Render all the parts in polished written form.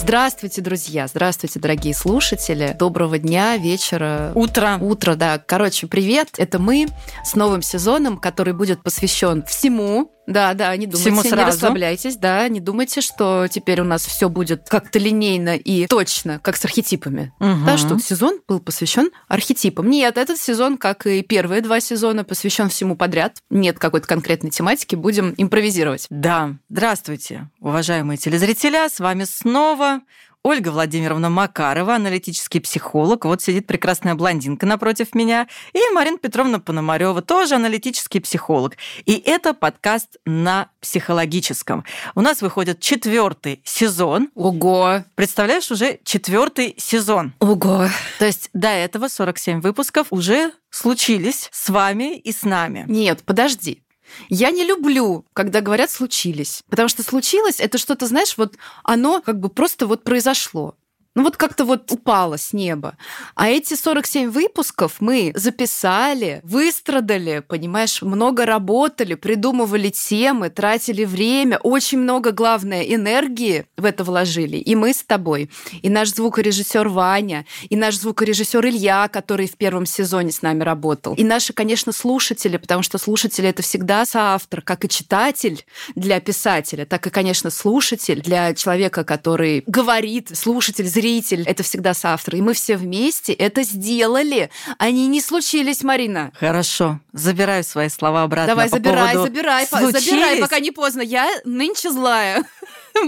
Здравствуйте, друзья! Здравствуйте, дорогие слушатели! Доброго дня, вечера. Утро, да. Короче, привет! Это мы с новым сезоном, который будет посвящен всему. Да, не думайте, не расслабляйтесь, да, не думайте, что теперь у нас все будет как-то линейно и точно, как с архетипами. Да, что сезон был посвящен архетипам. Нет, этот сезон, как и первые 2 сезона, посвящен всему подряд. Нет какой-то конкретной тематики, будем импровизировать. Да, здравствуйте, уважаемые телезрители, с вами снова Ольга Владимировна Макарова, аналитический психолог. Вот сидит прекрасная блондинка напротив меня. И Марина Петровна Пономарёва, тоже аналитический психолог. И это подкаст на психологическом. У нас выходит 4-й сезон. Ого! Представляешь, уже 4-й сезон. Ого! То есть до этого 47 выпусков уже случились с вами и с нами. Нет, подожди. Я не люблю, когда говорят «случились», потому что «случилось» — это что-то, знаешь, вот оно как бы просто вот произошло. Ну вот как-то вот упало с неба. А эти 47 выпусков мы записали, выстрадали, понимаешь, много работали, придумывали темы, тратили время, очень много, главное, энергии в это вложили. И мы с тобой, и наш звукорежиссер Ваня, и наш звукорежиссер Илья, который в первом сезоне с нами работал, и наши, конечно, слушатели, потому что слушатели — это всегда соавтор, как и читатель для писателя, так и, конечно, слушатель для человека, который говорит, слушатель, зритель, это всегда соавтор. И мы все вместе это сделали. Они не случились, Марина. Хорошо. Забираю свои слова обратно. Давай, забирай, Случились? пока не поздно. Я нынче злая. Мы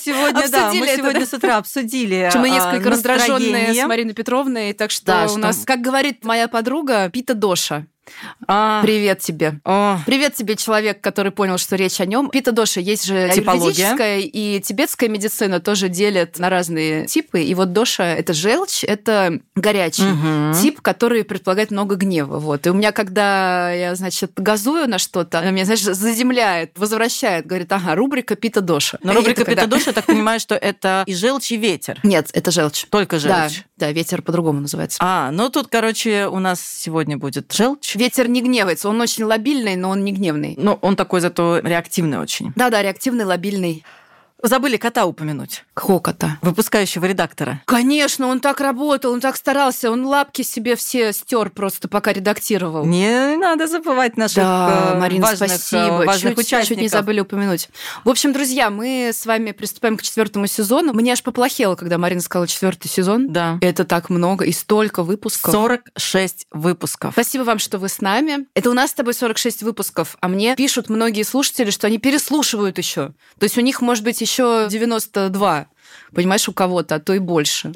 сегодня с утра обсудили. Мы несколько раздраженные с Мариной Петровной, так что у нас, как говорит моя подруга, пита доша. Привет тебе. Привет тебе, человек, который понял, что речь о нем. Пита доша, есть же аюрведическая и тибетская медицина, тоже делят на разные типы. И вот доша — это желчь, это горячий тип, который предполагает много гнева. Вот. И у меня, когда я, значит, газую на что-то, она меня, знаешь, заземляет, возвращает, говорит, ага, рубрика пита доша. Но рубрика пита доша, я так понимаю, что это и желчь, и ветер. Нет, это желчь. Только желчь. Да, ветер по-другому называется. Ну тут, короче, у нас сегодня будет желчь. Ветер не гневается, он очень лобильный, но он не гневный. Ну, он такой зато реактивный очень. Да, реактивный, лобильный. Забыли кота упомянуть. Какого кота? Выпускающего редактора. Конечно, он так работал, он так старался, он лапки себе все стер просто, пока редактировал. Не надо забывать наших Марина, важных участников. Чуть не забыли упомянуть. В общем, друзья, мы с вами приступаем к 4-му сезону. Мне аж поплохело, когда Марина сказала 4-й сезон. Да. Это так много и столько выпусков. 46 выпусков. Спасибо вам, что вы с нами. Это у нас с тобой 46 выпусков, а мне пишут многие слушатели, что они переслушивают еще. То есть у них, может быть, еще 92. Понимаешь, у кого-то, а то и больше.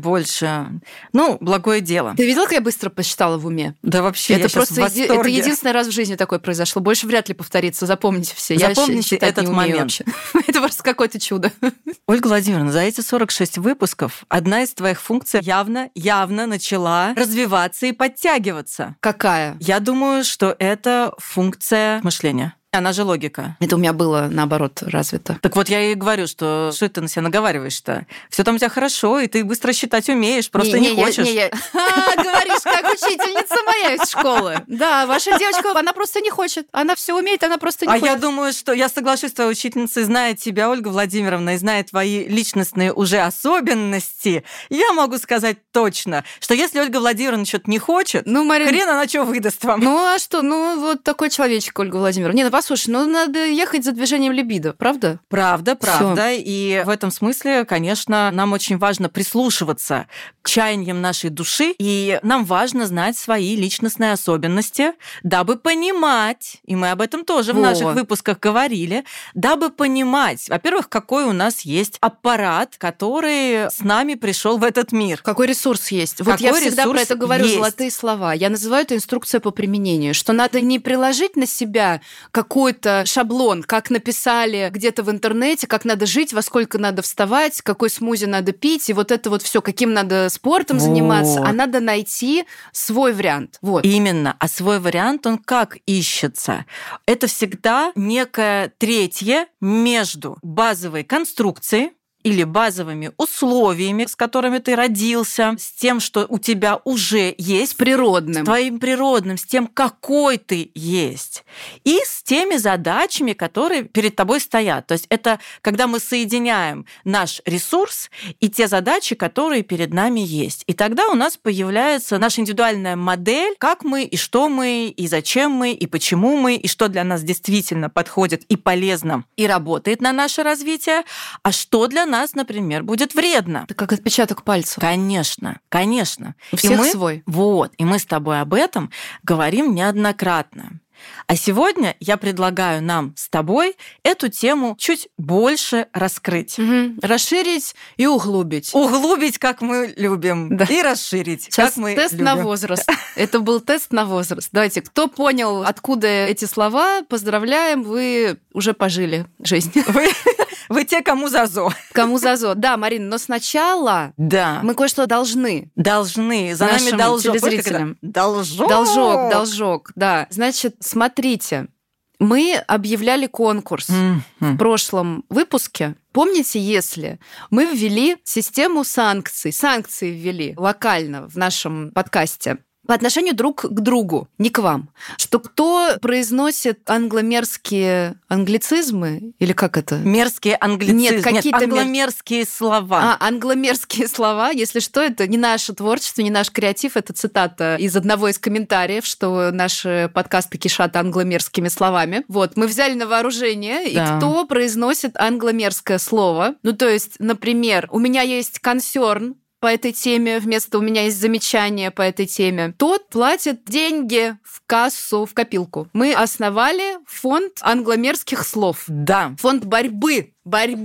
Ну, благое дело. Ты видела, как я быстро посчитала в уме? Да вообще, это просто это единственный раз в жизни такое произошло. Больше вряд ли повторится. Запомните все. Запомните этот момент. Это просто какое-то чудо. Ольга Владимировна, за эти 46 выпусков одна из твоих функций явно начала развиваться и подтягиваться. Какая? Я думаю, что это функция мышления. Она же логика. Это у меня было, наоборот, развито. Так вот, я ей говорю, что ты на себя наговариваешь-то? Все там у тебя хорошо, и ты быстро считать умеешь, просто не хочешь. Говоришь, как учительница моя из школы. Да, ваша девочка, она просто не хочет. Она все умеет, она просто не хочет. А я думаю, что я соглашусь с твоей учительницей, зная тебя, Ольга Владимировна, и зная твои личностные уже особенности, я могу сказать точно, что если Ольга Владимировна что-то не хочет, Марина, хрен она что выдаст вам. Ну, а что? Ну, вот такой человечек, Ольга Владимировна. Послушай, надо ехать за движением либидо, правда? Правда. И в этом смысле, конечно, нам очень важно прислушиваться к чаяниям нашей души, и нам важно знать свои личностные особенности, дабы понимать, и мы об этом тоже в наших выпусках говорили, дабы понимать, во-первых, какой у нас есть аппарат, который с нами пришел в этот мир. Какой ресурс есть. Вот я всегда про это говорю, золотые слова. Я называю это инструкция по применению, что надо не приложить на себя какой-то шаблон, как написали где-то в интернете, как надо жить, во сколько надо вставать, какой смузи надо пить, и вот это вот все, каким надо спортом заниматься, а надо найти свой вариант. Вот. Именно. А свой вариант, он как ищется? Это всегда некое третье между базовой конструкцией или базовыми условиями, с которыми ты родился, с тем, что у тебя уже есть, Природным. с твоим природным, с тем, какой ты есть, и с теми задачами, которые перед тобой стоят. То есть это когда мы соединяем наш ресурс и те задачи, которые перед нами есть. И тогда у нас появляется наша индивидуальная модель, как мы, и что мы, и зачем мы, и почему мы, и что для нас действительно подходит и полезно, и работает на наше развитие, а что для нас, например, будет вредно. Это как отпечаток пальцев. Конечно, конечно. У всех мы, свой. Вот, и мы с тобой об этом говорим неоднократно. А сегодня я предлагаю нам с тобой эту тему чуть больше раскрыть. Угу. Расширить и углубить. Углубить, как мы любим, да. И расширить, Сейчас как мы тест любим. на возраст. Это был тест на возраст. Давайте, кто понял, откуда эти слова, поздравляем, вы уже пожили жизнь. Вы те, кому зазо. Кому зазо. Да, Марин, но сначала мы кое-что должны. Должны. За нами должок. Телезрителям. Должок. Должок, да. Значит, смотрите, мы объявляли конкурс в прошлом выпуске. Помните, если мы ввели систему санкций, санкции ввели локально в нашем подкасте по отношению друг к другу, не к вам, что кто произносит англомерзкие англицизмы, или как это? Мерзкие англицизмы. Нет, какие-то англомерзкие слова. Англомерзкие слова, если что, это не наше творчество, не наш креатив, это цитата из одного из комментариев, что наши подкасты кишат англомерзкими словами. Вот, мы взяли на вооружение, и кто произносит англомерзкое слово, ну, то есть, например, у меня есть консерн по этой теме, вместо «у меня есть замечание по этой теме», тот платит деньги в кассу, в копилку. Мы основали фонд англомерзких слов. Да. Фонд борьбы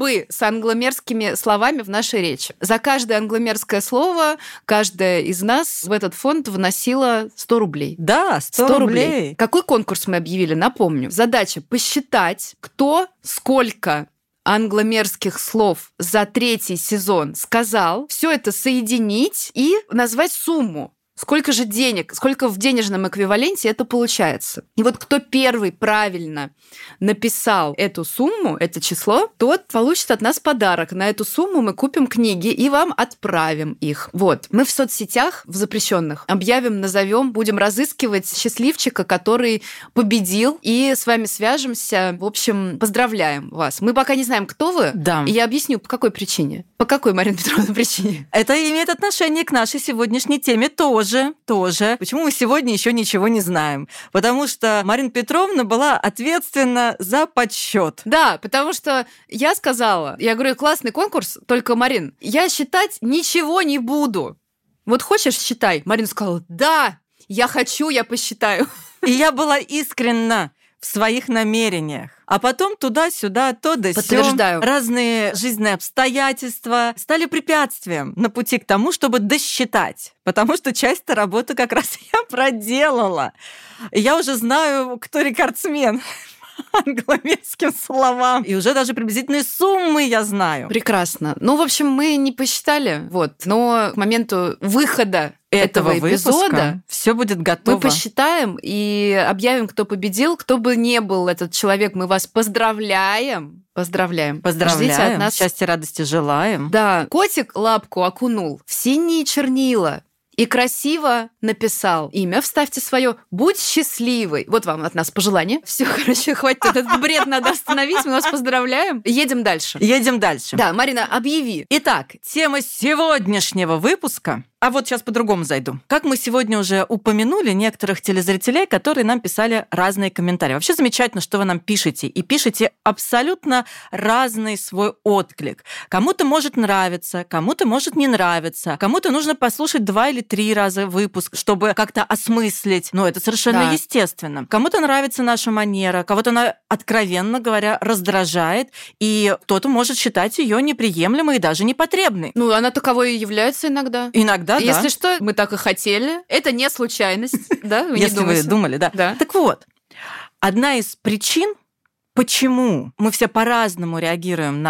с англомерзкими словами в нашей речи. За каждое англомерзкое слово каждая из нас в этот фонд вносила 100 рублей. Да, 100 рублей. Какой конкурс мы объявили? Напомню. Задача посчитать, кто сколько англомерзких слов за 3-й сезон сказал, все это соединить и назвать сумму. Сколько же денег, сколько в денежном эквиваленте это получается. И вот кто первый правильно написал эту сумму, это число, тот получит от нас подарок. На эту сумму мы купим книги и вам отправим их. Вот. Мы в соцсетях, в запрещенных, объявим, назовем, будем разыскивать счастливчика, который победил, и с вами свяжемся. В общем, поздравляем вас. Мы пока не знаем, кто вы. Да. И я объясню, по какой причине. По какой, Марина Петровна, причине? Это имеет отношение к нашей сегодняшней теме тоже. Почему мы сегодня еще ничего не знаем? Потому что Марина Петровна была ответственна за подсчет. Да, потому что я сказала, я говорю, классный конкурс, только, Марин, я считать ничего не буду. Вот хочешь, считай? Марина сказала, да, я хочу, я посчитаю. И я была искренна в своих намерениях. А потом туда-сюда, то да сё. Подтверждаю. Разные жизненные обстоятельства стали препятствием на пути к тому, чтобы досчитать. Потому что часть работы как раз я проделала. Я уже знаю, кто рекордсмен англомерзким словам. И уже даже приблизительные суммы я знаю. Прекрасно. Ну, в общем, мы не посчитали, вот. Но к моменту выхода этого эпизода все будет готово. Мы посчитаем и объявим, кто победил. Кто бы ни был этот человек, мы вас поздравляем. Поздравляем. Поздравляем. Ждите от нас счастья, радости желаем. Да. Котик лапку окунул в синие чернила и красиво написал имя, вставьте свое, будь счастливый. Вот вам от нас пожелание. Все, короче, хватит, этот бред надо остановить, мы вас поздравляем. Едем дальше. Едем дальше. Да, Марина, объяви. Итак, тема сегодняшнего выпуска. А вот сейчас по-другому зайду. Как мы сегодня уже упомянули некоторых телезрителей, которые нам писали разные комментарии. Вообще замечательно, что вы нам пишете. И пишете абсолютно разный свой отклик. Кому-то может нравиться, кому-то может не нравиться, кому-то нужно послушать 2 или 3 раза выпуск, чтобы как-то осмыслить. Но это совершенно естественно. Кому-то нравится наша манера, кого-то она, откровенно говоря, раздражает, и кто-то может считать ее неприемлемой и даже непотребной. Ну, она таковой и является иногда. Иногда, да. Если что, мы так и хотели. Это не случайность, да? Если вы думали, да. Так вот, одна из причин, почему мы все по-разному реагируем на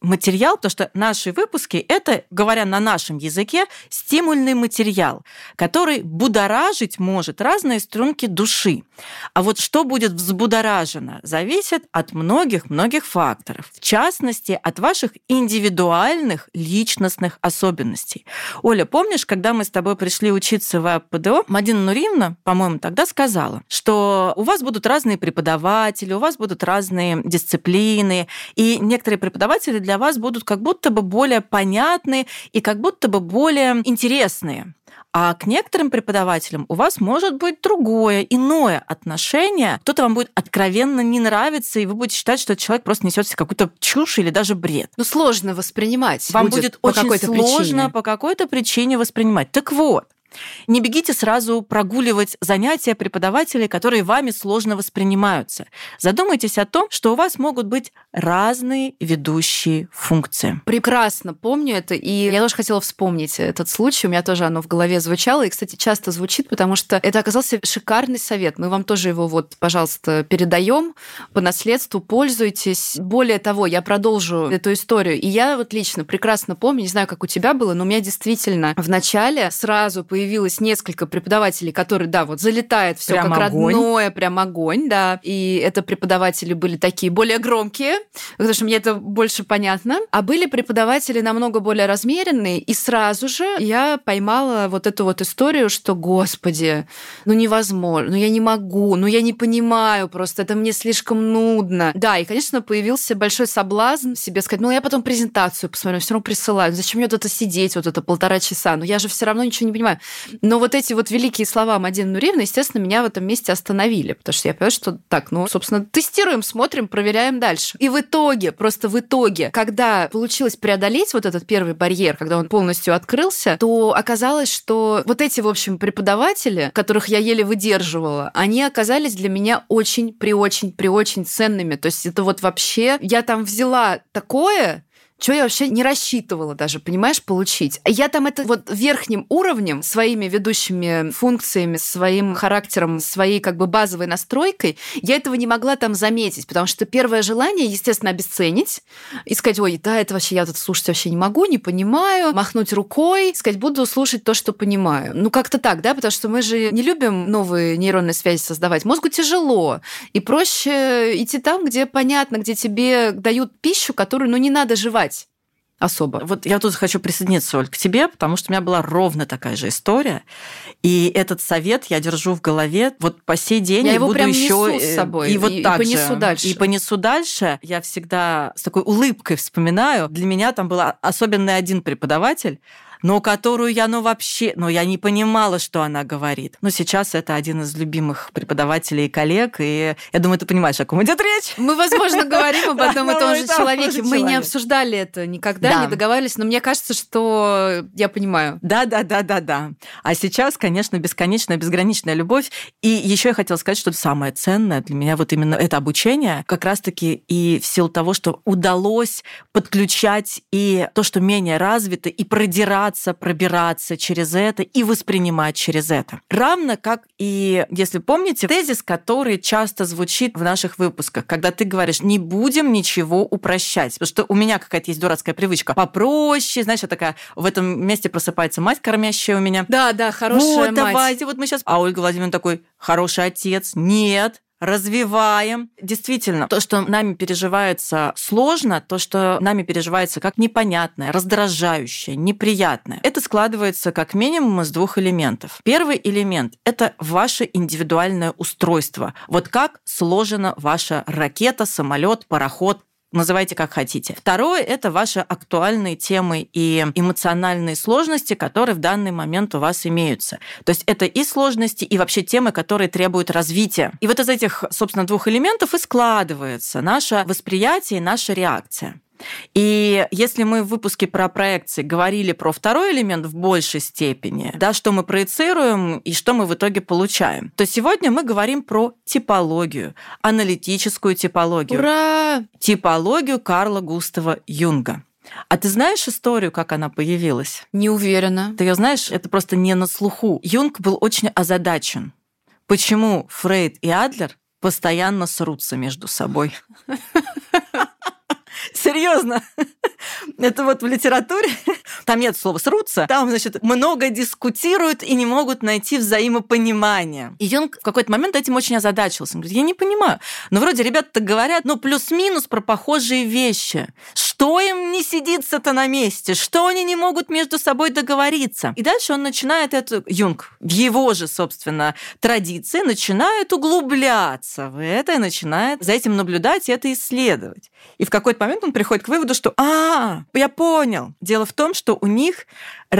материал, потому что наши выпуски – это, говоря на нашем языке, стимульный материал, который будоражить может разные струнки души. А вот что будет взбудоражено, зависит от многих-многих факторов. В частности, от ваших индивидуальных личностных особенностей. Оля, помнишь, когда мы с тобой пришли учиться в АПДО, Мадина Нуриевна, по-моему, тогда сказала, что у вас будут разные преподаватели, у вас будут разные дисциплины, и некоторые преподаватели для вас будут как будто бы более понятны и как будто бы более интересные. А к некоторым преподавателям у вас может быть другое, иное отношение. Кто-то вам будет откровенно не нравиться, и вы будете считать, что этот человек просто несет себе какую-то чушь или даже бред. Ну, сложно воспринимать. Вам будет очень сложно по какой-то причине воспринимать. Так вот, не бегите сразу прогуливать занятия преподавателей, которые вами сложно воспринимаются. Задумайтесь о том, что у вас могут быть разные ведущие функции. Прекрасно помню это, и я тоже хотела вспомнить этот случай. У меня тоже оно в голове звучало, и, кстати, часто звучит, потому что это оказался шикарный совет. Мы вам тоже его, пожалуйста, передаем по наследству, пользуйтесь. Более того, я продолжу эту историю. И я лично прекрасно помню, не знаю, как у тебя было, но у меня действительно в начале сразу появилось несколько преподавателей, которые, залетает все как огонь. Родное, прям огонь, да. И это преподаватели были такие более громкие, потому что мне это больше понятно. А были преподаватели намного более размеренные, и сразу же я поймала эту историю, что, господи, невозможно, я не могу, я не понимаю просто, это мне слишком нудно. Да, и, конечно, появился большой соблазн себе сказать, я потом презентацию посмотрю, все равно присылаю, зачем мне это сидеть, это 1,5 часа, я же все равно ничего не понимаю. Но эти великие слова Мадины Нуриевны, естественно, меня в этом месте остановили, потому что я поняла, что собственно, тестируем, смотрим, проверяем дальше. И в итоге, когда получилось преодолеть этот первый барьер, когда он полностью открылся, то оказалось, что эти, в общем, преподаватели, которых я еле выдерживала, они оказались для меня очень ценными. То есть это вообще... Я там взяла такое, что я вообще не рассчитывала даже, понимаешь, получить. Я там это верхним уровнем, своими ведущими функциями, своим характером, своей базовой настройкой, я этого не могла там заметить, потому что первое желание, естественно, обесценить и сказать, это вообще я тут слушать вообще не могу, не понимаю, махнуть рукой, сказать, буду слушать то, что понимаю. Как-то так, да, потому что мы же не любим новые нейронные связи создавать. Мозгу тяжело, и проще идти там, где понятно, где тебе дают пищу, которую, не надо жевать особо. Я тут хочу присоединиться, Оль, к тебе, потому что у меня была ровно такая же история. И этот совет я держу в голове по сей день. Я его буду прям еще несу с собой. И так понесу же. дальше. И понесу дальше. Я всегда с такой улыбкой вспоминаю. Для меня там был особенный один преподаватель, но которую я, я не понимала, что она говорит. Но сейчас это один из любимых преподавателей и коллег, и я думаю, ты понимаешь, о ком идет речь. Мы, возможно, говорим об одном и том же человеке. Мы не обсуждали это никогда, не договаривались, но мне кажется, что я понимаю. Да. А сейчас, конечно, бесконечная, безграничная любовь. И еще я хотела сказать, что самое ценное для меня именно это обучение, как раз-таки и в силу того, что удалось подключать и то, что менее развито, и пробираться через это и воспринимать через это. Равно как и, если помните, тезис, который часто звучит в наших выпусках, когда ты говоришь, не будем ничего упрощать. Потому что у меня какая-то есть дурацкая привычка. Попроще, знаешь, я такая, в этом месте просыпается мать кормящая у меня. Да, хорошая мать. Давайте, мы сейчас... А Ольга Владимировна такой, хороший отец. Нет, развиваем. Действительно, то, что нами переживается сложно, то, что нами переживается как непонятное, раздражающее, неприятное, это складывается как минимум из 2 элементов. Первый элемент – это ваше индивидуальное устройство. Как сложена ваша ракета, самолет, пароход, называйте как хотите. Второе – это ваши актуальные темы и эмоциональные сложности, которые в данный момент у вас имеются. То есть это и сложности, и вообще темы, которые требуют развития. И из этих, собственно, 2 элементов и складывается наше восприятие и наша реакция. И если мы в выпуске про проекции говорили про второй элемент в большей степени, что мы проецируем и что мы в итоге получаем, то сегодня мы говорим про типологию, аналитическую типологию. Ура! Типологию Карла Густава Юнга. А ты знаешь историю, как она появилась? Не уверена. Ты ее знаешь, это просто не на слуху. Юнг был очень озадачен. Почему Фрейд и Адлер постоянно срутся между собой? Серьезно. Это вот в литературе, там нет слова «срутся», там, значит, много дискутируют и не могут найти взаимопонимания. И Юнг в какой-то момент этим очень озадачился. Он говорит, я не понимаю, но вроде ребята-то говорят, плюс-минус про похожие вещи. Что им не сидится-то на месте? Что они не могут между собой договориться? И дальше он начинает Юнг в его же, собственно, традиции начинает углубляться в это и начинает за этим наблюдать и это исследовать. И в какой-то момент он приходит к выводу, что я понял. Дело в том, что у них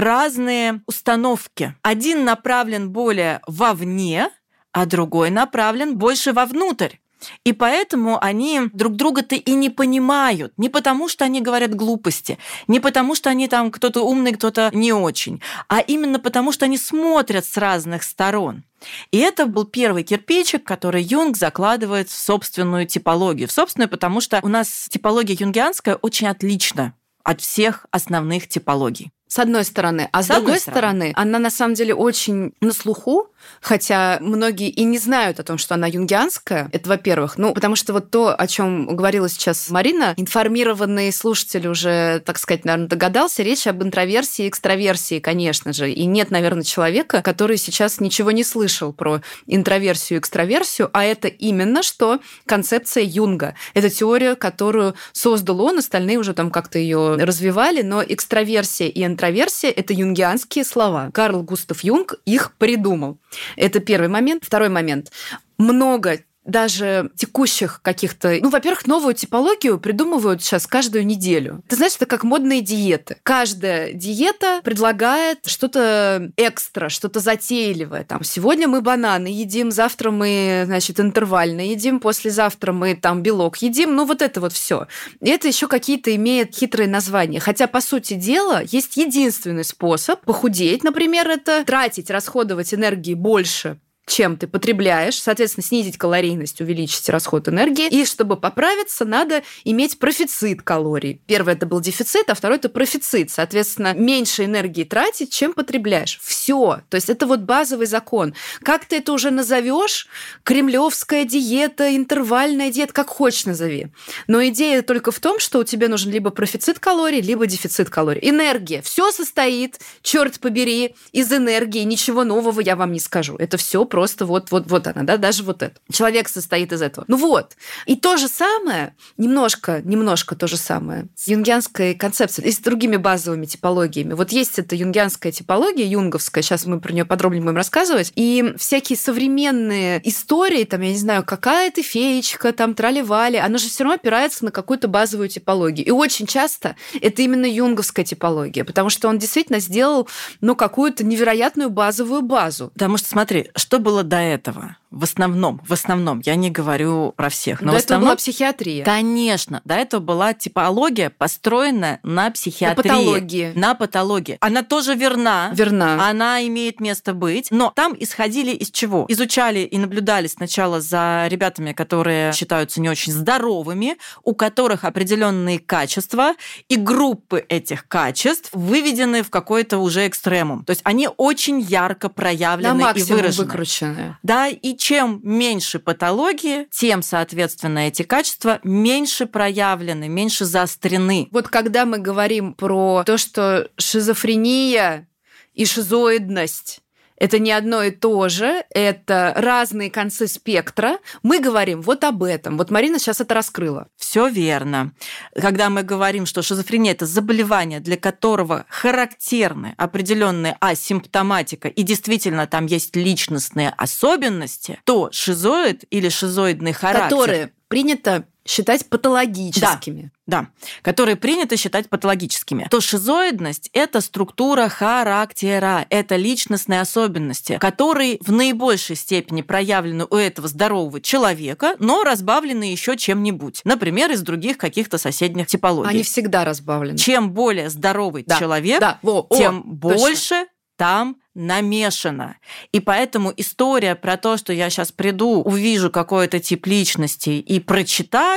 разные установки. Один направлен более вовне, а другой направлен больше вовнутрь. И поэтому они друг друга-то и не понимают. Не потому, что они говорят глупости, не потому, что они там кто-то умный, кто-то не очень, а именно потому, что они смотрят с разных сторон. И это был первый кирпичик, который Юнг закладывает в собственную типологию. В собственную, потому что у нас типология юнгианская очень отлична от всех основных типологий. С одной стороны. А с другой стороны, она на самом деле очень на слуху, хотя многие и не знают о том, что она юнгианская. Это, во-первых. Потому что вот то, о чем говорила сейчас Марина, информированный слушатель уже, так сказать, наверное, догадался, речь об интроверсии и экстраверсии, конечно же. И нет, наверное, человека, который сейчас ничего не слышал про интроверсию и экстраверсию, а это именно что концепция Юнга. Это теория, которую создал он, остальные уже там как-то ее развивали, но экстраверсия и интроверсия – это юнгианские слова. Карл Густав Юнг их придумал. Это первый момент. Второй момент. Много даже текущих каких-то... во-первых, новую типологию придумывают сейчас каждую неделю. Ты знаешь, это как модные диеты. Каждая диета предлагает что-то экстра, что-то затейливое. Там, сегодня мы бананы едим, завтра мы, интервально едим, послезавтра мы там белок едим. Вот это вот все. И это еще какие-то имеет хитрые названия. Хотя, по сути дела, есть единственный способ похудеть, например, это тратить, расходовать энергии больше, чем ты потребляешь, соответственно, снизить калорийность, увеличить расход энергии. И чтобы поправиться, надо иметь профицит калорий. Первый это был дефицит, а второй это профицит. Соответственно, меньше энергии тратить, чем потребляешь. Все. То есть это вот базовый закон. Как ты это уже назовешь? Кремлевская диета, интервальная диета, как хочешь назови. Но идея только в том, что у тебя нужен либо профицит калорий, либо дефицит калорий. Энергия. Все состоит, черт побери, из энергии. Ничего нового я вам не скажу. Это все просто вот она, да, даже вот это. Человек состоит из этого. И то же самое, немножко то же самое с юнгианской концепцией и с другими базовыми типологиями. Вот есть эта юнгианская типология, юнговская, сейчас мы про нее подробнее будем рассказывать, и всякие современные истории, там, я не знаю, какая ты феечка, там, трали-вали, она же все равно опирается на какую-то базовую типологию. И очень часто это именно юнговская типология, потому что он действительно сделал, какую-то невероятную базовую базу. Потому что, смотри, что было до этого? В основном, я не говорю про всех, но до в основном... этого была психиатрия. Конечно, до этого была типология, построенная на психиатрии. На патологии. Она тоже верна. Она имеет место быть, но там исходили из чего? Изучали и наблюдали сначала за ребятами, которые считаются не очень здоровыми, у которых определенные качества, и группы этих качеств выведены в какой-то уже экстремум. То есть они очень ярко проявлены и выражены. Выкручены. Да, и чем меньше патологии, тем, соответственно, эти качества меньше проявлены, меньше заострены. Вот когда мы говорим про то, что шизофрения и шизоидность это не одно и то же, это разные концы спектра. Мы говорим вот об этом. Вот Марина сейчас это раскрыла. Все верно. Когда мы говорим, что шизофрения – это заболевание, для которого характерны определенная асимптоматика, и действительно там есть личностные особенности, то шизоид или шизоидный характер… Которые принято считать патологическими. Да, которые принято считать патологическими. То шизоидность – это структура характера, это личностные особенности, которые в наибольшей степени проявлены у этого здорового человека, но разбавлены еще чем-нибудь. Например, из других каких-то соседних типологий. Они всегда разбавлены. Чем более здоровый человек, тем больше там намешано. И поэтому история про то, что я сейчас приду, увижу какой-то тип личности и прочитаю,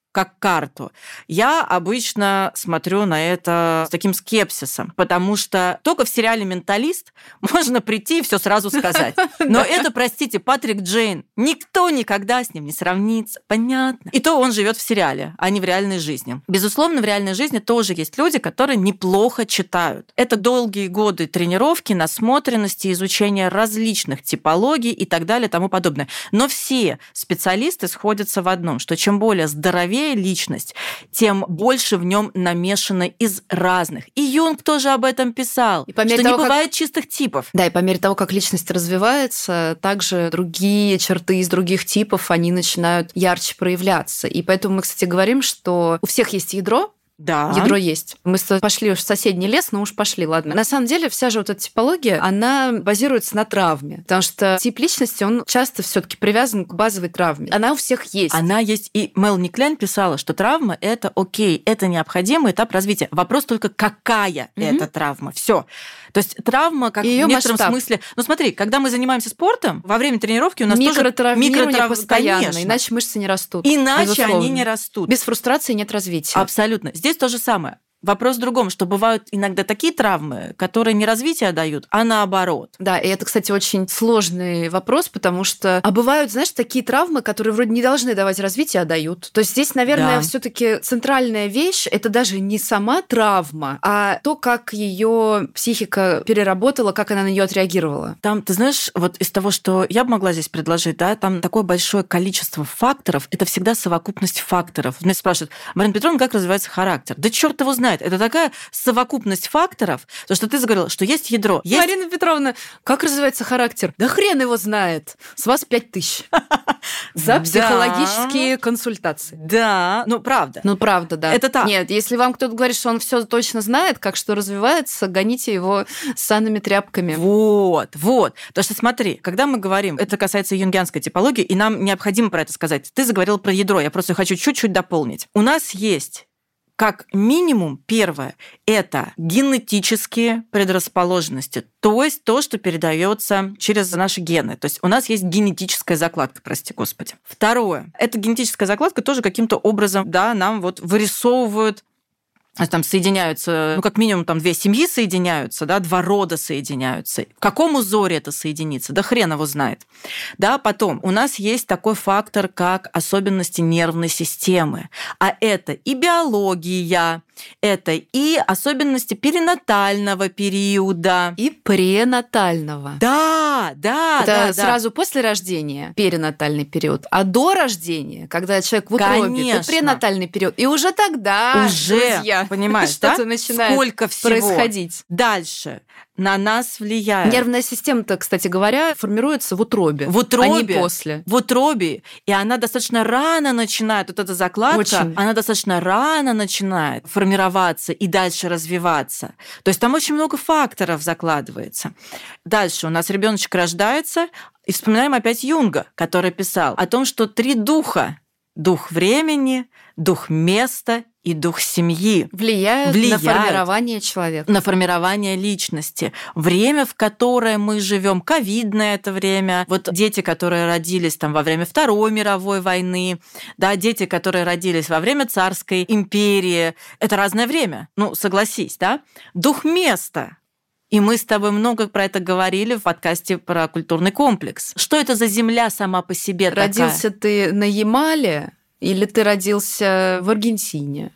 как карту, я обычно смотрю на это с таким скепсисом, потому что только в сериале «Менталист» можно прийти и все сразу сказать. Но это, простите, Патрик Джейн. Никто никогда с ним не сравнится. Понятно. И то он живет в сериале, а не в реальной жизни. Безусловно, в реальной жизни тоже есть люди, которые неплохо читают. Это долгие годы тренировки, насмотренности, изучения различных типологий и так далее и тому подобное. Но все специалисты сходятся в одном, что чем более здоровее личность, тем больше в нем намешано из разных. И Юнг тоже об этом писал, что не бывает чистых типов. Да, и по мере того, как личность развивается, также другие черты из других типов, они начинают ярче проявляться. И поэтому мы, кстати, говорим, что у всех есть ядро. Да. Ядро есть. Мы пошли в соседний лес, но уж пошли, ладно. На самом деле, вся же вот эта типология, она базируется на травме. Потому что тип личности, он часто все таки привязан к базовой травме. Она у всех есть. Она есть. И Мелани Кляйн писала, что травма – это окей, это необходимый этап развития. Вопрос только, какая это травма. Все. То есть травма, как её в некотором масштаб. смысле... Ну смотри, когда мы занимаемся спортом, во время тренировки у нас микротравмирование постоянно, конечно. иначе мышцы не растут. Иначе безусловно. они не растут. Без фрустрации нет развития. Абсолютно. Здесь то же самое. Вопрос в другом, что бывают иногда такие травмы, которые не развитие дают, а наоборот. Да, и это, кстати, очень сложный вопрос, потому что... А бывают, знаешь, такие травмы, которые вроде не должны давать развитие, а дают. То есть здесь, наверное, все таки центральная вещь — это даже не сама травма, а то, как ее психика переработала, как она на нее отреагировала. Там, ты знаешь, вот из того, что я бы могла здесь предложить, да, там такое большое количество факторов, это всегда совокупность факторов. Меня спрашивают: Марина Петровна, как развивается характер? Да черт его знает. Это такая совокупность факторов, то, что ты заговорила, что есть ядро. Есть... Марина Петровна, как развивается характер? Да хрен его знает. С вас 5000 за психологические консультации. Да, ну правда. Ну правда, да. Это так. Нет, если вам кто-то говорит, что он все точно знает, как что развивается, гоните его санными тряпками. Вот. Потому что смотри, когда мы говорим, это касается юнгианской типологии, и нам необходимо про это сказать. Ты заговорила про ядро, я просто хочу чуть-чуть дополнить. У нас есть как минимум, первое, это генетические предрасположенности, то есть то, что передается через наши гены. То есть у нас есть генетическая закладка, прости господи. Второе, эта генетическая закладка тоже каким-то образом, да, нам вот вырисовывают, там соединяются, ну, как минимум, там 2 семьи соединяются, да, 2 рода соединяются. В каком узоре это соединится? Да хрен его знает. Да, потом у нас есть такой фактор, как особенности нервной системы. А это и биология, это и особенности перинатального периода. И пренатального. Да. Это сразу после рождения перинатальный период, а до рождения, когда человек в утробе, это пренатальный период. И уже тогда, друзья, понимаешь, что-то да? начинает Сколько всего происходить. Дальше на нас влияет. Нервная система-то, кстати говоря, формируется в утробе. А не после. В утробе. И она достаточно рано начинает, вот эта закладка, она достаточно рано начинает формироваться и дальше развиваться. То есть там очень много факторов закладывается. Дальше у нас ребеночек рождается, и вспоминаем опять Юнга, который писал о том, что 3 духа: дух времени, дух места и дух семьи влияют на формирование человека. На формирование личности. Время, в которое мы живем, ковидное это время. Вот дети, которые родились там во время Второй мировой войны, да, дети, которые родились во время Царской империи, это разное время. Ну, согласись, да? Дух места. И мы с тобой много про это говорили в подкасте про культурный комплекс. Что это за земля сама по себе такая? Родился ты на Ямале или ты родился в Аргентине?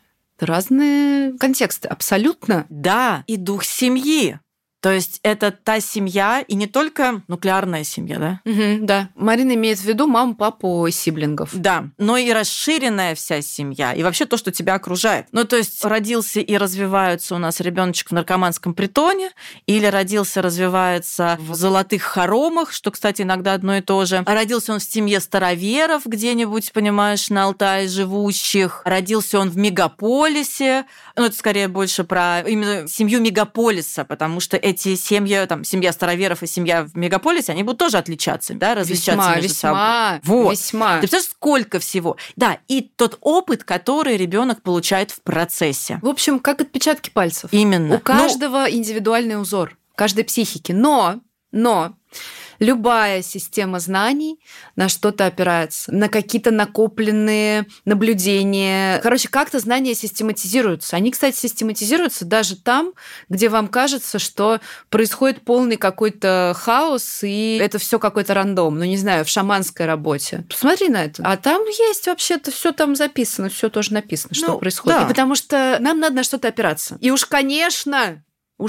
Разные контексты, абсолютно. Да, и дух семьи. То есть это та семья, и не только нуклеарная семья, да? Да. Марина имеет в виду маму, папу и сиблингов. Да, но и расширенная вся семья, и вообще то, что тебя окружает. Ну, то есть родился и развивается у нас ребеночек в наркоманском притоне, или родился, развивается в золотых хоромах, что, кстати, иногда одно и то же. Родился он в семье староверов где-нибудь, понимаешь, на Алтае живущих. Родился он в мегаполисе. Ну, это скорее больше про именно семью мегаполиса, потому что эти семьи, там, семья староверов и семья в мегаполисе, они будут тоже отличаться, да, различаться между собой. Вот. Весьма. Ты представляешь, сколько всего? Да, и тот опыт, который ребенок получает в процессе. В общем, как отпечатки пальцев. Именно. У каждого индивидуальный узор, каждой психики. Но Любая система знаний на что-то опирается, на какие-то накопленные наблюдения. Короче, как-то знания систематизируются. Они, кстати, систематизируются даже там, где вам кажется, что происходит полный какой-то хаос, и это все какой-то рандом. Ну, не знаю, в шаманской работе. Посмотри на это. А там есть вообще-то все там записано, все тоже написано, что происходит. Да. И потому что нам надо на что-то опираться. И уж, конечно,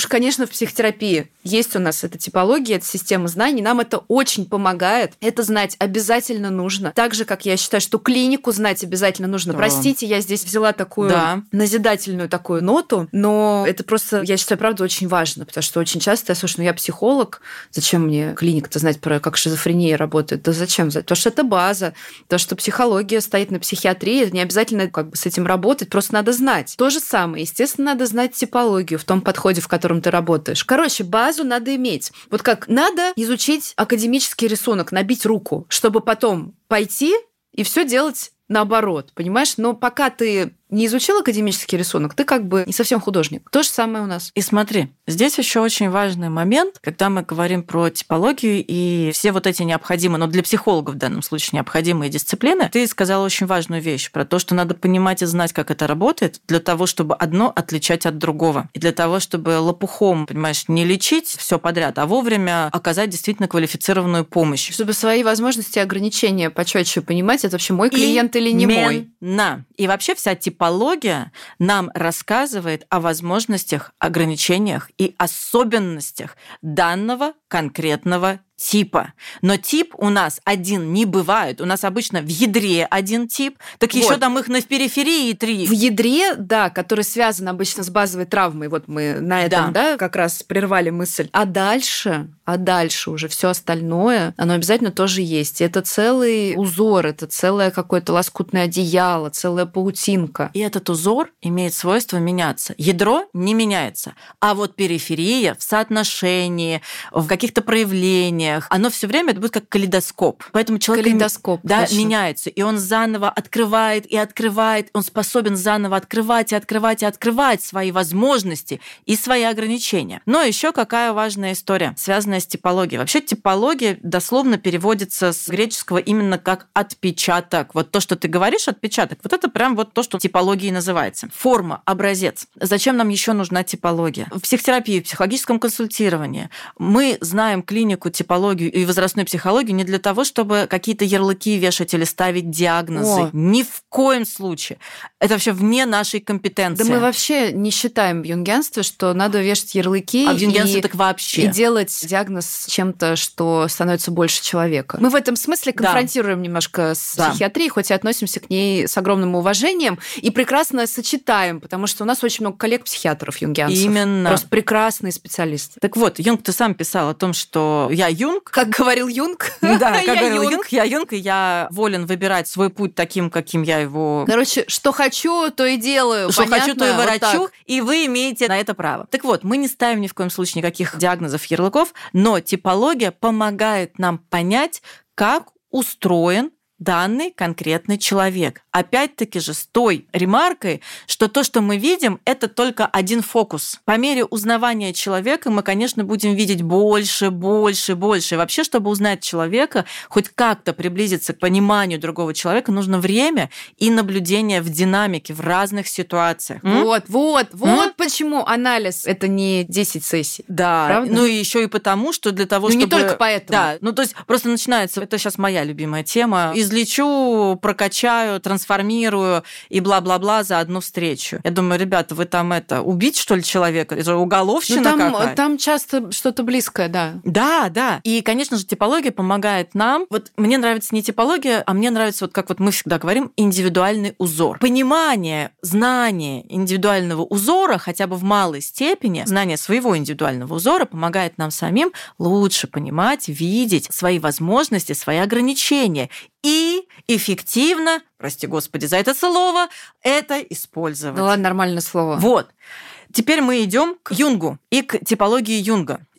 в психотерапии есть у нас эта типология, эта система знаний. Нам это очень помогает. Это знать обязательно нужно. Так же, как я считаю, что клинику знать обязательно нужно. Простите, я здесь взяла такую назидательную такую ноту, но это просто, я считаю, правда, очень важно, потому что очень часто я слышу, я психолог, зачем мне клиника-то знать про как шизофрения работает? Да зачем? Потому что это база. То, что психология стоит на психиатрии, это не обязательно с этим работать, просто надо знать. То же самое. Естественно, надо знать типологию в том подходе, в котором ты работаешь. Короче, базу надо иметь. Вот как надо изучить академический рисунок, набить руку, чтобы потом пойти и все делать наоборот, понимаешь? Но пока ты не изучил академический рисунок, ты не совсем художник. То же самое у нас. И смотри, здесь еще очень важный момент, когда мы говорим про типологию и все вот эти необходимые, но для психологов в данном случае необходимые дисциплины. Ты сказала очень важную вещь про то, что надо понимать и знать, как это работает, для того, чтобы одно отличать от другого. И для того, чтобы лопухом, понимаешь, не лечить все подряд, а вовремя оказать действительно квалифицированную помощь. Чтобы свои возможности и ограничения почётче понимать, это вообще мой клиент или не мой. И вообще вся типология нам рассказывает о возможностях, ограничениях и особенностях данного конкретного типа. Но тип у нас один не бывает. У нас обычно в ядре один тип, так еще там их на периферии 3. В ядре, да, который связан обычно с базовой травмой. Вот мы на этом, как раз прервали мысль. А дальше уже все остальное, оно обязательно тоже есть. И это целый узор, это целое какое-то лоскутное одеяло, целая паутинка. И этот узор имеет свойство меняться. Ядро не меняется. А вот периферия в соотношении, в каких-то проявлениях, оно все время это будет как калейдоскоп. Поэтому человек меняется. И он заново открывает и открывает. Он способен заново открывать и открывать и открывать свои возможности и свои ограничения. Но еще какая важная история, связанная с типологией. Вообще типология дословно переводится с греческого именно как отпечаток. Вот то, что ты говоришь, отпечаток, вот это прям вот то, что типологией называется. Форма, образец. Зачем нам еще нужна типология? В психотерапии, в психологическом консультировании мы знаем клинику, типологию и возрастную психологию не для того, чтобы какие-то ярлыки вешать или ставить диагнозы. Ни в коем случае. Это вообще вне нашей компетенции. Да мы вообще не считаем в юнгианстве, что надо вешать ярлыки в юнгианстве так вообще. И делать диагноз чем-то, что становится больше человека. Мы в этом смысле конфронтируем немножко с психиатрией, хоть и относимся к ней с огромным уважением и прекрасно сочетаем, потому что у нас очень много коллег-психиатров юнгианцев. Именно. Просто прекрасные специалисты. Так вот, Юнг, ты сам писал о том, что я Юнг. Как говорил Юнг. Да, как говорил Юнг, я Юнг, и я волен выбирать свой путь таким, каким я его... Короче, что хочу, то и делаю. Что хочу, то и ворочу, и вы имеете на это право. Так вот, мы не ставим ни в коем случае никаких диагнозов, ярлыков, но типология помогает нам понять, как устроен данный конкретный человек. Опять-таки же с той ремаркой, что то, что мы видим, это только один фокус. По мере узнавания человека мы, конечно, будем видеть больше. И вообще, чтобы узнать человека, хоть как-то приблизиться к пониманию другого человека, нужно время и наблюдение в динамике, в разных ситуациях. Вот почему анализ – это не 10 сессий. Да, правда? Ну и еще и потому, что для того, чтобы... не только поэтому. Да, то есть просто начинается, это сейчас моя любимая тема, излечу, прокачаю, трансформирую и бла-бла-бла за одну встречу. Я думаю, ребята, вы там убить, что ли, человека? Это же уголовщина какая-то. Там часто что-то близкое, да. Да. И, конечно же, типология помогает нам. Вот мне нравится не типология, а мне нравится, как мы всегда говорим, индивидуальный узор. Понимание, знание индивидуального узора, хотя бы в малой степени, знание своего индивидуального узора помогает нам самим лучше понимать, видеть свои возможности, свои ограничения и эффективно, прости господи за это слово, это использовать. Да ладно, нормальное слово. Вот. Теперь мы идем к Юнгу и к типологии Юнга.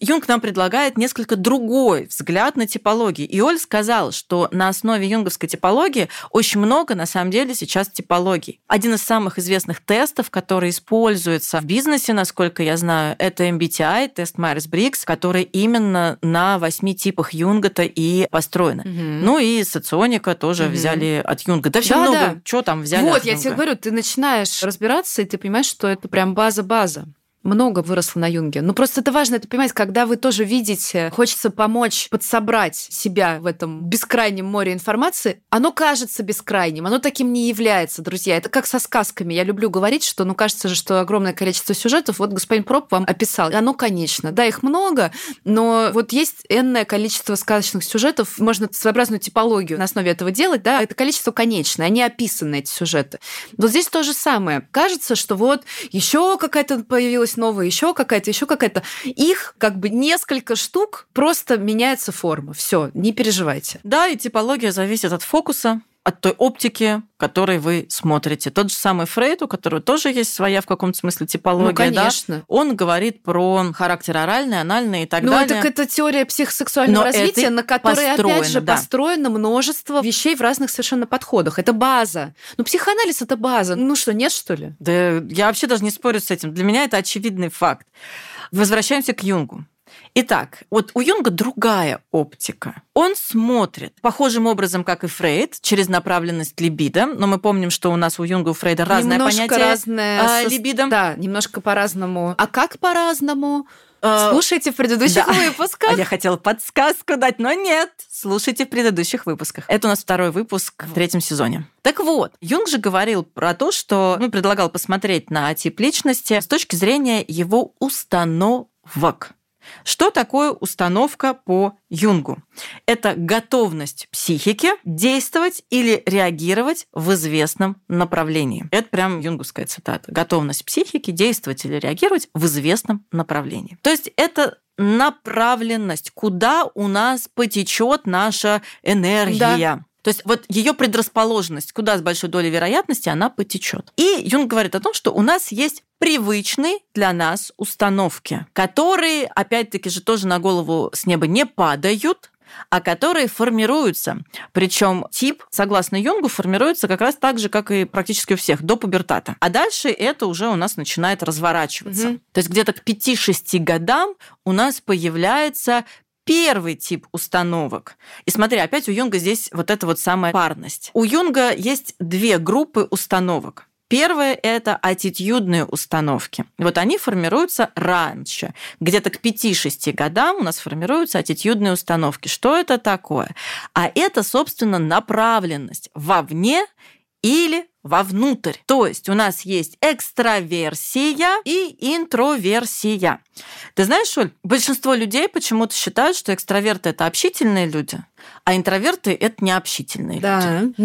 Юнг нам предлагает несколько другой взгляд на типологии. И Оль сказала, что на основе юнговской типологии очень много, на самом деле, сейчас типологий. Один из самых известных тестов, который используется в бизнесе, насколько я знаю, это MBTI, тест Майерс-Бриггс, который именно на 8 типах Юнга-то и построен. Ну и соционика тоже взяли от Юнга. Да вообще много чего там взяли от Юнга. Я тебе говорю, ты начинаешь разбираться, и ты понимаешь, что это прям база-база. Много выросло на Юнге. Ну, просто это важно, это понимать, когда вы тоже видите, хочется помочь подсобрать себя в этом бескрайнем море информации, оно кажется бескрайним, оно таким не является, друзья. Это как со сказками. Я люблю говорить, что, кажется же, что огромное количество сюжетов, вот господин Проб вам описал, и оно конечно. Да, их много, но вот есть энное количество сказочных сюжетов, можно своеобразную типологию на основе этого делать, да, это количество конечное, они описаны, эти сюжеты. Вот здесь то же самое. Кажется, что вот еще какая-то появилась новая, еще какая-то. Их несколько штук, просто меняется форма. Все, не переживайте. Да, и типология зависит от фокуса, от той оптики, которой вы смотрите. Тот же самый Фрейд, у которого тоже есть своя в каком-то смысле типология, конечно. Да? Он говорит про характер оральный, анальный и так далее. Так это теория психосексуального развития, на которой, опять же, построено множество вещей в разных совершенно подходах. Это база. Психоанализ – это база. Что, нет, что ли? Да, я вообще даже не спорю с этим. Для меня это очевидный факт. Возвращаемся к Юнгу. Итак, вот у Юнга другая оптика. Он смотрит похожим образом, как и Фрейд, через направленность либидо. Но мы помним, что у нас у Юнга и у Фрейда разное понятие либидо. Да, немножко по-разному. А как по-разному? Слушайте в предыдущих выпусках. А я хотела подсказку дать, но нет. Слушайте в предыдущих выпусках. Это у нас 2-й выпуск в 3-м сезоне. Так вот, Юнг же говорил про то, что предлагал посмотреть на тип личности с точки зрения его установок. Что такое установка по Юнгу? Это готовность психики действовать или реагировать в известном направлении. Это прям юнговская цитата. Готовность психики действовать или реагировать в известном направлении. То есть это направленность, куда у нас потечет наша энергия. Да. То есть вот ее предрасположенность, куда с большой долей вероятности она потечет. И Юнг говорит о том, что у нас есть привычные для нас установки, которые, опять-таки же, тоже на голову с неба не падают, а которые формируются. Причем тип, согласно Юнгу, формируется как раз так же, как и практически у всех, до пубертата. А дальше это уже у нас начинает разворачиваться. То есть где-то к 5-6 годам у нас появляется первый тип установок. И смотри, опять у Юнга здесь вот эта вот самая парность. У Юнга есть 2 группы установок. Первое – это аттитюдные установки. Вот они формируются раньше. Где-то к 5-6 годам у нас формируются аттитюдные установки. Что это такое? А это, собственно, направленность вовне или вовнутрь. То есть у нас есть экстраверсия и интроверсия. Ты знаешь, Оль, большинство людей почему-то считают, что экстраверты – это общительные люди, а интроверты – это необщительные люди.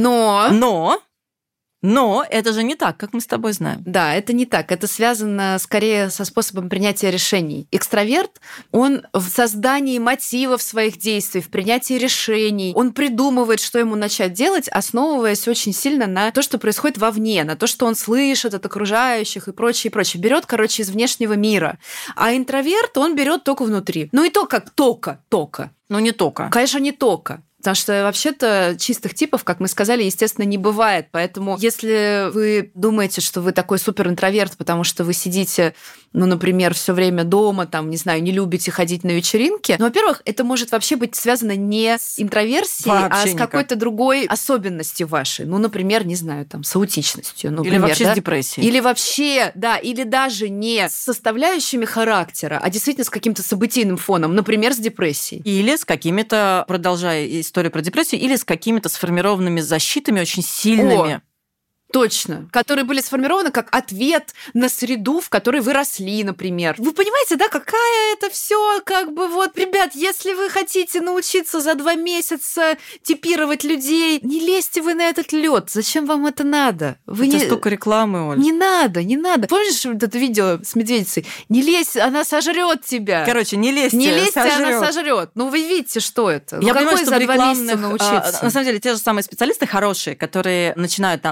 Но это же не так, как мы с тобой знаем. Да, это не так. Это связано скорее со способом принятия решений. Экстраверт, он в создании мотивов своих действий, в принятии решений, он придумывает, что ему начать делать, основываясь очень сильно на то, что происходит вовне, на то, что он слышит от окружающих и прочее, прочее. Берет, из внешнего мира. А интроверт, он берет только внутри. И то как только. Не только. Конечно, не только. Потому что вообще-то чистых типов, как мы сказали, естественно, не бывает. Поэтому если вы думаете, что вы такой суперинтроверт, потому что вы сидите, например, все время дома, не любите ходить на вечеринки, во-первых, это может вообще быть связано не с интроверсией, вообще с какой-то другой особенностью вашей. Например, с аутичностью. Или вообще с депрессией. Или вообще, или даже не с составляющими характера, а действительно с каким-то событийным фоном, например, с депрессией. Или с какими-то, продолжая историю про депрессию, или с какими-то сформированными защитами очень сильными. Точно. Которые были сформированы как ответ на среду, в которой вы росли, например. Вы понимаете, да, какая это все ребят, если вы хотите научиться за 2 месяца типировать людей, не лезьте вы на этот лед. Зачем вам это надо? Это столько рекламы, Оль. Не надо. Помнишь это видео с медведицей? Не лезь, она сожрет тебя. Короче, не лезьте. Не лезьте, она сожрет. Вы видите, что это? Я понимаю, что за 2 месяца научиться? На самом деле, те же самые специалисты хорошие, которые начинают подмигивать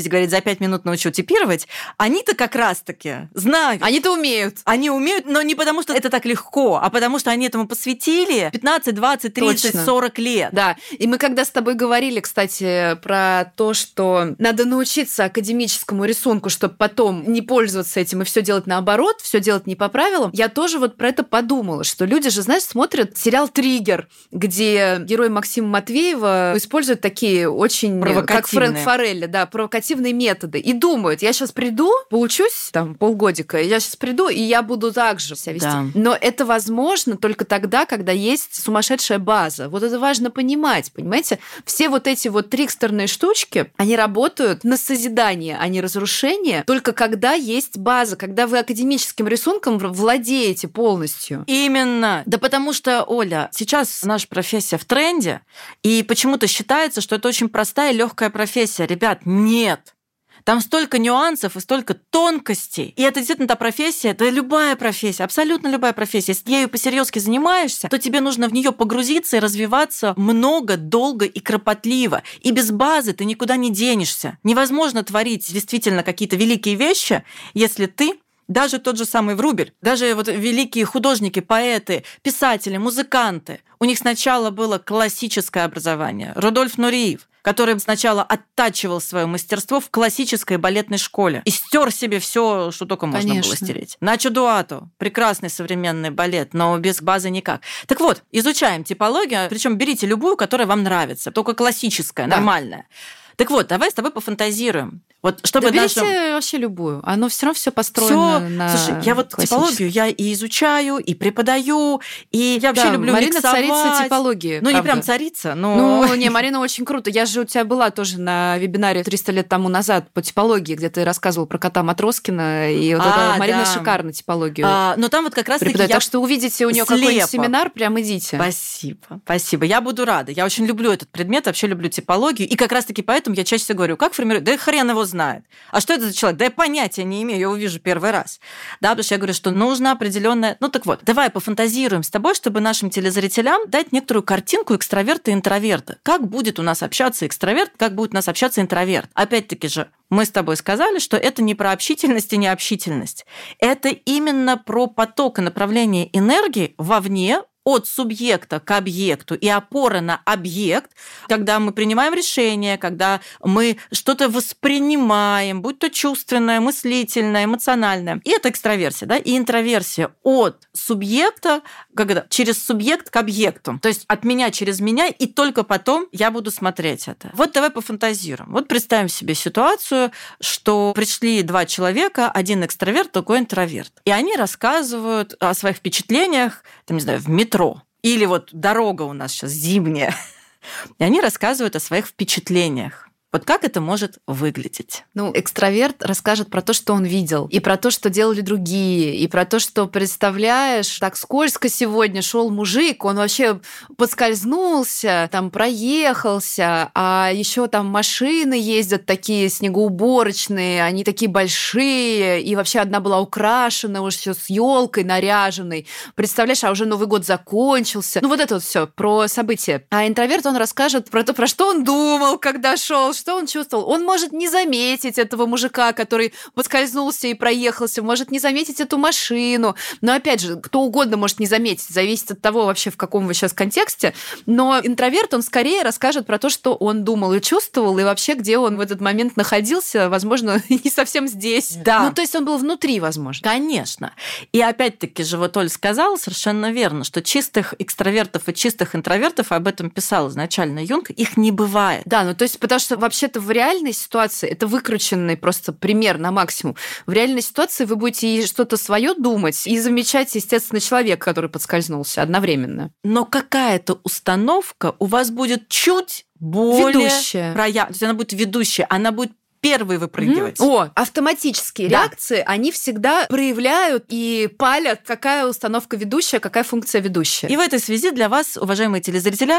ведь, говорит, за 5 минут научу типировать, они-то как раз-таки знают. Они-то умеют. Они умеют, но не потому, что это так легко, а потому, что они этому посвятили 15, 20, 30, Точно. 40 лет. Да, и мы когда с тобой говорили, кстати, про то, что надо научиться академическому рисунку, чтобы потом не пользоваться этим и все делать наоборот, все делать не по правилам, я тоже вот про это подумала, что люди же, знаешь, смотрят сериал «Триггер», где герой Максима Матвеева использует такие очень, как Фрэнк Форелли, да, провокативные методы, и думают, я сейчас приду, поучусь там полгодика, я сейчас приду, и я буду так же себя вести. Да. Но это возможно только тогда, когда есть сумасшедшая база. Вот это важно понимать, понимаете? Все вот эти вот трикстерные штучки, они работают на созидание, а не разрушение, только когда есть база, когда вы академическим рисунком владеете полностью. Именно. Да потому что, Оля, сейчас наша профессия в тренде, и почему-то считается, что это очень простая и легкая профессия. Ребят, нет. Там столько нюансов и столько тонкостей. И это действительно та профессия, это любая профессия, абсолютно любая профессия. Если ею по-серьезки занимаешься, то тебе нужно в нее погрузиться и развиваться много, долго и кропотливо. И без базы ты никуда не денешься. Невозможно творить действительно какие-то великие вещи, если ты даже тот же самый Врубель, даже вот великие художники, поэты, писатели, музыканты, у них сначала было классическое образование. Рудольф Нуриев, который сначала оттачивал свое мастерство в классической балетной школе и стер себе все, что только можно было стереть. Начо Дуато, прекрасный современный балет, но без базы никак. Так вот, изучаем типологию, причем берите любую, которая вам нравится, только классическая, нормальная. Так вот, давай с тобой пофантазируем. Вот, чтобы берите вообще любую. Оно все равно все построено на Слушай, я вот типологию я и изучаю, и преподаю, и я вообще люблю Марина миксовать. Царица типологии. Ну, правда. Не прям царица, но... Ну, не, Марина очень круто. Я же у тебя была тоже на вебинаре 300 лет тому назад по типологии, где ты рассказывал про кота Матроскина, и вот это Марина шикарно типологию но там вот как раз-таки так что увидите у нее какой-нибудь семинар, прям идите. Спасибо. Я буду рада. Я очень люблю этот предмет, вообще люблю типологию, и как раз-таки поэтому я чаще всего говорю, как формировать? Да хрен его знает. А что это за человек? Да я понятия не имею, я увижу первый раз. Да, потому что я говорю, что нужно определенное... Ну так вот, давай пофантазируем с тобой, чтобы нашим телезрителям дать некоторую картинку экстраверта и интроверта. Как будет у нас общаться экстраверт, как будет у нас общаться интроверт. Опять-таки же, мы с тобой сказали, что это не про общительность и необщительность. Это именно про поток и направление энергии вовне, от субъекта к объекту и опора на объект, когда мы принимаем решения, когда мы что-то воспринимаем, будь то чувственное, мыслительное, эмоциональное. И это экстраверсия, да, и интроверсия от субъекта, через субъект к объекту. То есть от меня через меня, и только потом я буду смотреть это. Вот давай пофантазируем. Вот представим себе ситуацию, что пришли два человека, один экстраверт, другой интроверт. И они рассказывают о своих впечатлениях, там, не знаю, в метро. Или вот дорога у нас сейчас зимняя. И они рассказывают о своих впечатлениях. Вот как это может выглядеть? Ну, экстраверт расскажет про то, что он видел, и про то, что делали другие, и про то, что, представляешь, так скользко сегодня шел мужик, он вообще подскользнулся, там проехался, а еще там машины ездят такие снегоуборочные, они такие большие, и вообще одна была украшена уже все с елкой наряженной. Представляешь, а уже Новый год закончился. Ну, вот это вот все про события. А интроверт, он расскажет про то, про что он думал, когда шел, что он чувствовал. Он может не заметить этого мужика, который подскользнулся и проехался, может не заметить эту машину. Но, опять же, кто угодно может не заметить, зависит от того вообще, в каком вы сейчас контексте. Но интроверт, он скорее расскажет про то, что он думал и чувствовал, и вообще, где он в этот момент находился, возможно, не совсем здесь. Да. Ну, то есть он был внутри, возможно. Конечно. И опять-таки же вот Оль сказала совершенно верно, что чистых экстравертов и чистых интровертов, об этом писал изначально Юнг, их не бывает. Да, ну то есть потому что вообще-то в реальной ситуации, это выкрученный просто пример на максимум, в реальной ситуации вы будете и что-то свое думать, и замечать, естественно, человека, который подскользнулся одновременно. Но какая-то установка у вас будет чуть более... Ведущая. То есть она будет ведущая, она будет первый выпрыгивать. Автоматические реакции, они всегда проявляют и палят, какая установка ведущая, какая функция ведущая. И в этой связи для вас, уважаемые телезрители,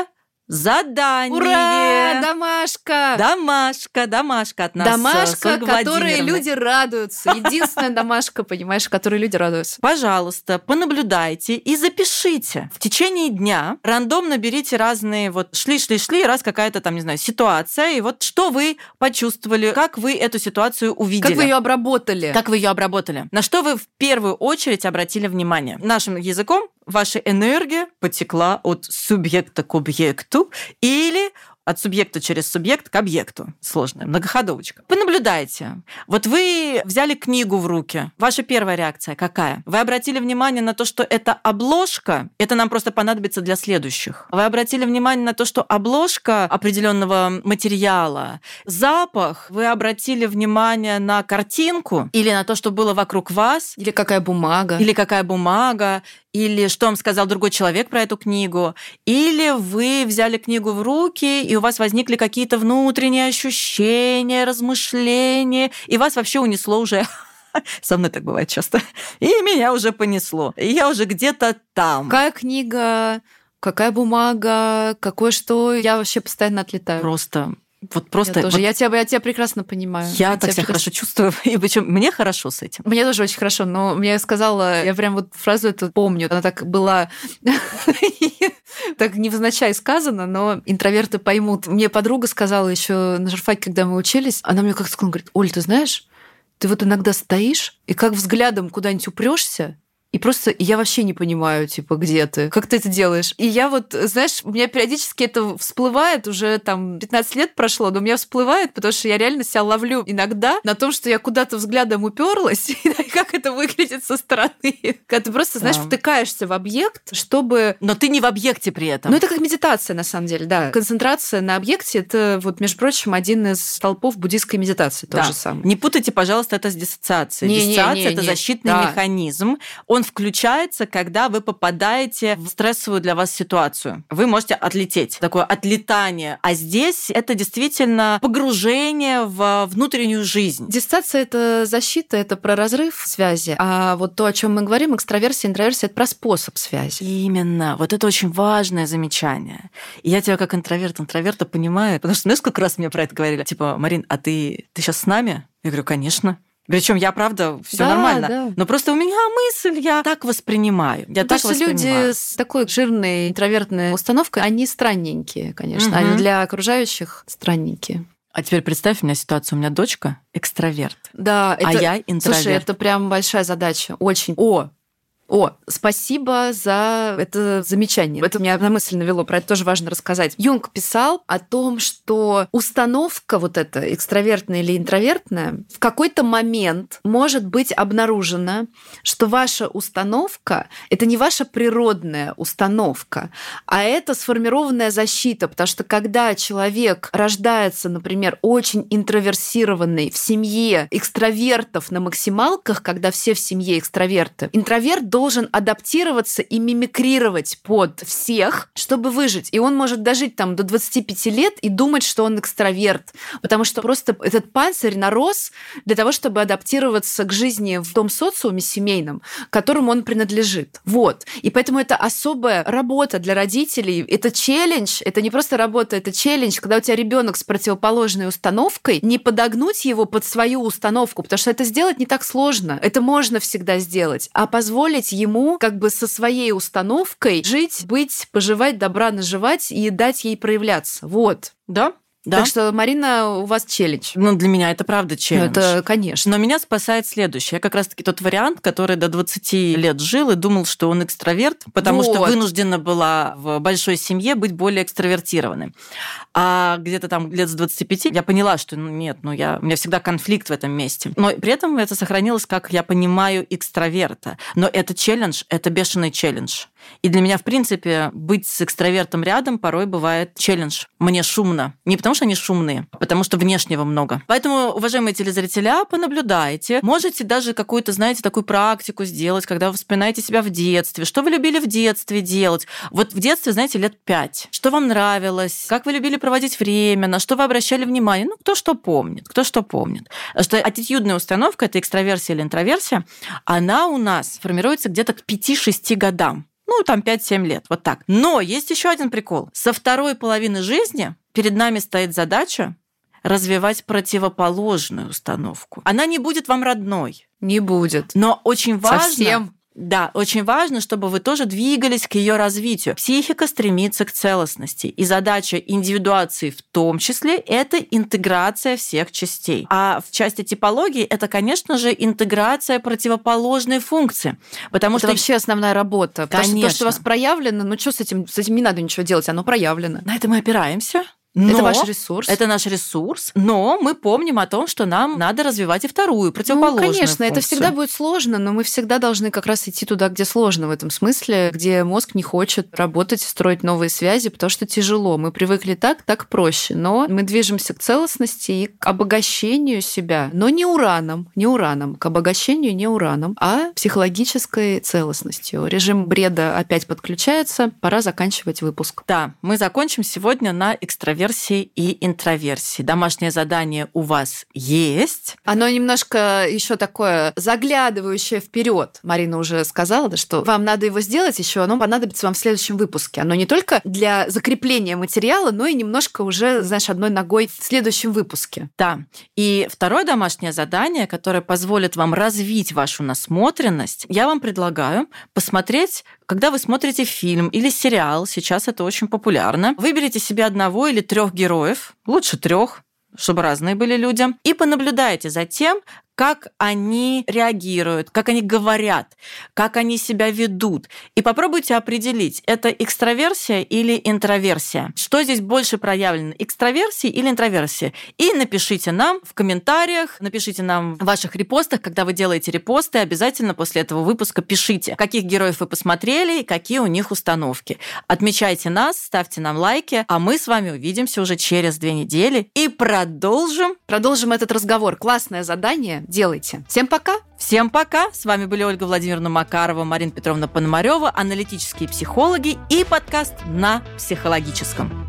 задание. Ура! Домашка! Домашка от нас. Домашка, Ольга которой Владимировна. люди радуются. Единственная домашка, понимаешь, которой люди радуются. Пожалуйста, понаблюдайте и запишите. В течение дня рандомно берите разные шли, раз какая-то там, не знаю, ситуация, и что вы почувствовали, как вы эту ситуацию увидели. Как вы ее обработали. Как вы ее обработали. На что вы в первую очередь обратили внимание. Нашим языком ваша энергия потекла от субъекта к объекту или от субъекта через субъект к объекту. Сложная многоходовочка. Понаблюдайте. Вы взяли книгу в руки. Ваша первая реакция какая? Вы обратили внимание на то, что это обложка, это нам просто понадобится для следующих. Вы обратили внимание на то, что обложка определенного материала, запах, вы обратили внимание на картинку или на то, что было вокруг вас. Или какая бумага. Или что вам сказал другой человек про эту книгу, или вы взяли книгу в руки, и у вас возникли какие-то внутренние ощущения, размышления, и вас вообще унесло уже... Со мной так бывает часто. И меня уже понесло. И я уже где-то там. Какая книга, какая бумага, какое что, я вообще постоянно отлетаю. Просто... Я тебя прекрасно понимаю. Я так себя хорошо чувствую, и причем мне хорошо с этим. Мне тоже очень хорошо, но мне сказала, я прям фразу эту помню, она так была так невзначай сказано, но интроверты поймут. Мне подруга сказала еще на журфаке, когда мы учились, она мне как-то сказала, говорит: Оль, ты знаешь, ты иногда стоишь и как взглядом куда-нибудь упрешься, и просто я вообще не понимаю, где ты, как ты это делаешь. И я знаешь, у меня периодически это всплывает, уже 15 лет прошло, но у меня всплывает, потому что я реально себя ловлю иногда на том, что я куда-то взглядом уперлась, и как это выглядит со стороны. Когда ты просто, знаешь, втыкаешься в объект, чтобы... Но ты не в объекте при этом. Это как медитация, на самом деле, да. Концентрация на объекте — это, между прочим, один из столпов буддийской медитации, тот же самый. Не путайте, пожалуйста, это с диссоциацией. Диссоциация — это защитный механизм. Он включается, когда вы попадаете в стрессовую для вас ситуацию. Вы можете отлететь. Такое отлетание. А здесь это действительно погружение в внутреннюю жизнь. Диссоциация — это защита, это про разрыв связи. А то, о чем мы говорим, экстраверсия, интроверсия — это про способ связи. Именно. Это очень важное замечание. И я тебя как интроверта понимаю, потому что, знаешь, сколько раз мне про это говорили? Марин, а ты сейчас с нами? Я говорю, конечно. Причем я, правда, все нормально. Да. Но просто у меня мысль, я так воспринимаю. Потому что люди с такой жирной интровертной установкой, они странненькие, конечно. Они для окружающих странненькие. А теперь представь, у меня ситуация, у меня дочка экстраверт, да, я интроверт. Слушай, это прям большая задача. Очень. Спасибо за это замечание. Это меня на мысль навело, про это тоже важно рассказать. Юнг писал о том, что установка эта, экстравертная или интровертная, в какой-то момент может быть обнаружена, что ваша установка — это не ваша природная установка, а это сформированная защита, потому что когда человек рождается, например, очень интроверсированный в семье экстравертов на максималках, когда все в семье экстраверты, интроверт должен адаптироваться и мимикрировать под всех, чтобы выжить. И он может дожить до 25 лет и думать, что он экстраверт, потому что просто этот панцирь нарос для того, чтобы адаптироваться к жизни в том социуме семейном, к которому он принадлежит. И поэтому это особая работа для родителей. Это челлендж, это не просто работа, это челлендж, когда у тебя ребенок с противоположной установкой, не подогнуть его под свою установку, потому что это сделать не так сложно. Это можно всегда сделать, а позволить ему со своей установкой жить, быть, поживать, добра наживать и дать ей проявляться. Да. Так что, Марина, у вас челлендж. Для меня это правда челлендж. Это, конечно. Но меня спасает следующее. Я как раз-таки тот вариант, который до 20 лет жил и думал, что он экстраверт, потому что вынуждена была в большой семье быть более экстравертированной. А где-то лет с 25 я поняла, что у меня всегда конфликт в этом месте. Но при этом это сохранилось, как я понимаю, экстраверта. Но это челлендж, это бешеный челлендж. И для меня, в принципе, быть с экстравертом рядом порой бывает челлендж. Мне шумно. Не потому, что они шумные, а потому что внешнего много. Поэтому, уважаемые телезрители, понаблюдайте. Можете даже какую-то, такую практику сделать, когда вы вспоминаете себя в детстве. Что вы любили в детстве делать? В детстве, лет 5. Что вам нравилось? Как вы любили проводить время? На что вы обращали внимание? Кто что помнит. Потому что аттитюдная установка, это экстраверсия или интроверсия, она у нас формируется где-то к 5-6 годам. 5-7 лет, вот так. Но есть еще один прикол. Со второй половины жизни перед нами стоит задача развивать противоположную установку. Она не будет вам родной. Не будет. Но очень важно... Совсем. Да, очень важно, чтобы вы тоже двигались к ее развитию. Психика стремится к целостности, и задача индивидуации в том числе – это интеграция всех частей. А в части типологии это, конечно же, интеграция противоположной функции, потому это что вообще основная работа. Потому конечно. что то, что у вас проявлено, что с этим не надо ничего делать, оно проявлено. На это мы опираемся. Это ваш ресурс. Это наш ресурс, но мы помним о том, что нам надо развивать и вторую, противоположную конечно, функцию. Это всегда будет сложно, но мы всегда должны как раз идти туда, где сложно в этом смысле, где мозг не хочет работать, строить новые связи, потому что тяжело. Мы привыкли так проще, но мы движемся к целостности и к обогащению себя, но не ураном, к обогащению не ураном, а психологической целостностью. Режим бреда опять подключается, пора заканчивать выпуск. Да, мы закончим сегодня на экстраверсии и интроверсии. Домашнее задание у вас есть. Оно немножко еще такое заглядывающее вперед. Марина уже сказала, что вам надо его сделать еще, оно понадобится вам в следующем выпуске. Оно не только для закрепления материала, но и немножко уже, одной ногой в следующем выпуске. Да. И второе домашнее задание, которое позволит вам развить вашу насмотренность, я вам предлагаю посмотреть, когда вы смотрите фильм или сериал, сейчас это очень популярно, выберите себе одного или 3 героев, лучше 3, чтобы разные были люди, и понаблюдайте за тем, как они реагируют, как они говорят, как они себя ведут. И попробуйте определить, это экстраверсия или интроверсия. Что здесь больше проявлено, экстраверсия или интроверсия? И напишите нам в комментариях, напишите нам в ваших репостах, когда вы делаете репосты, обязательно после этого выпуска пишите, каких героев вы посмотрели и какие у них установки. Отмечайте нас, ставьте нам лайки, а мы с вами увидимся уже через 2 недели и продолжим этот разговор. Классное задание. Делайте. Всем пока! Всем пока! С вами были Ольга Владимировна Макарова, Марина Петровна Пономарёва, аналитические психологи и подкаст «На психологическом».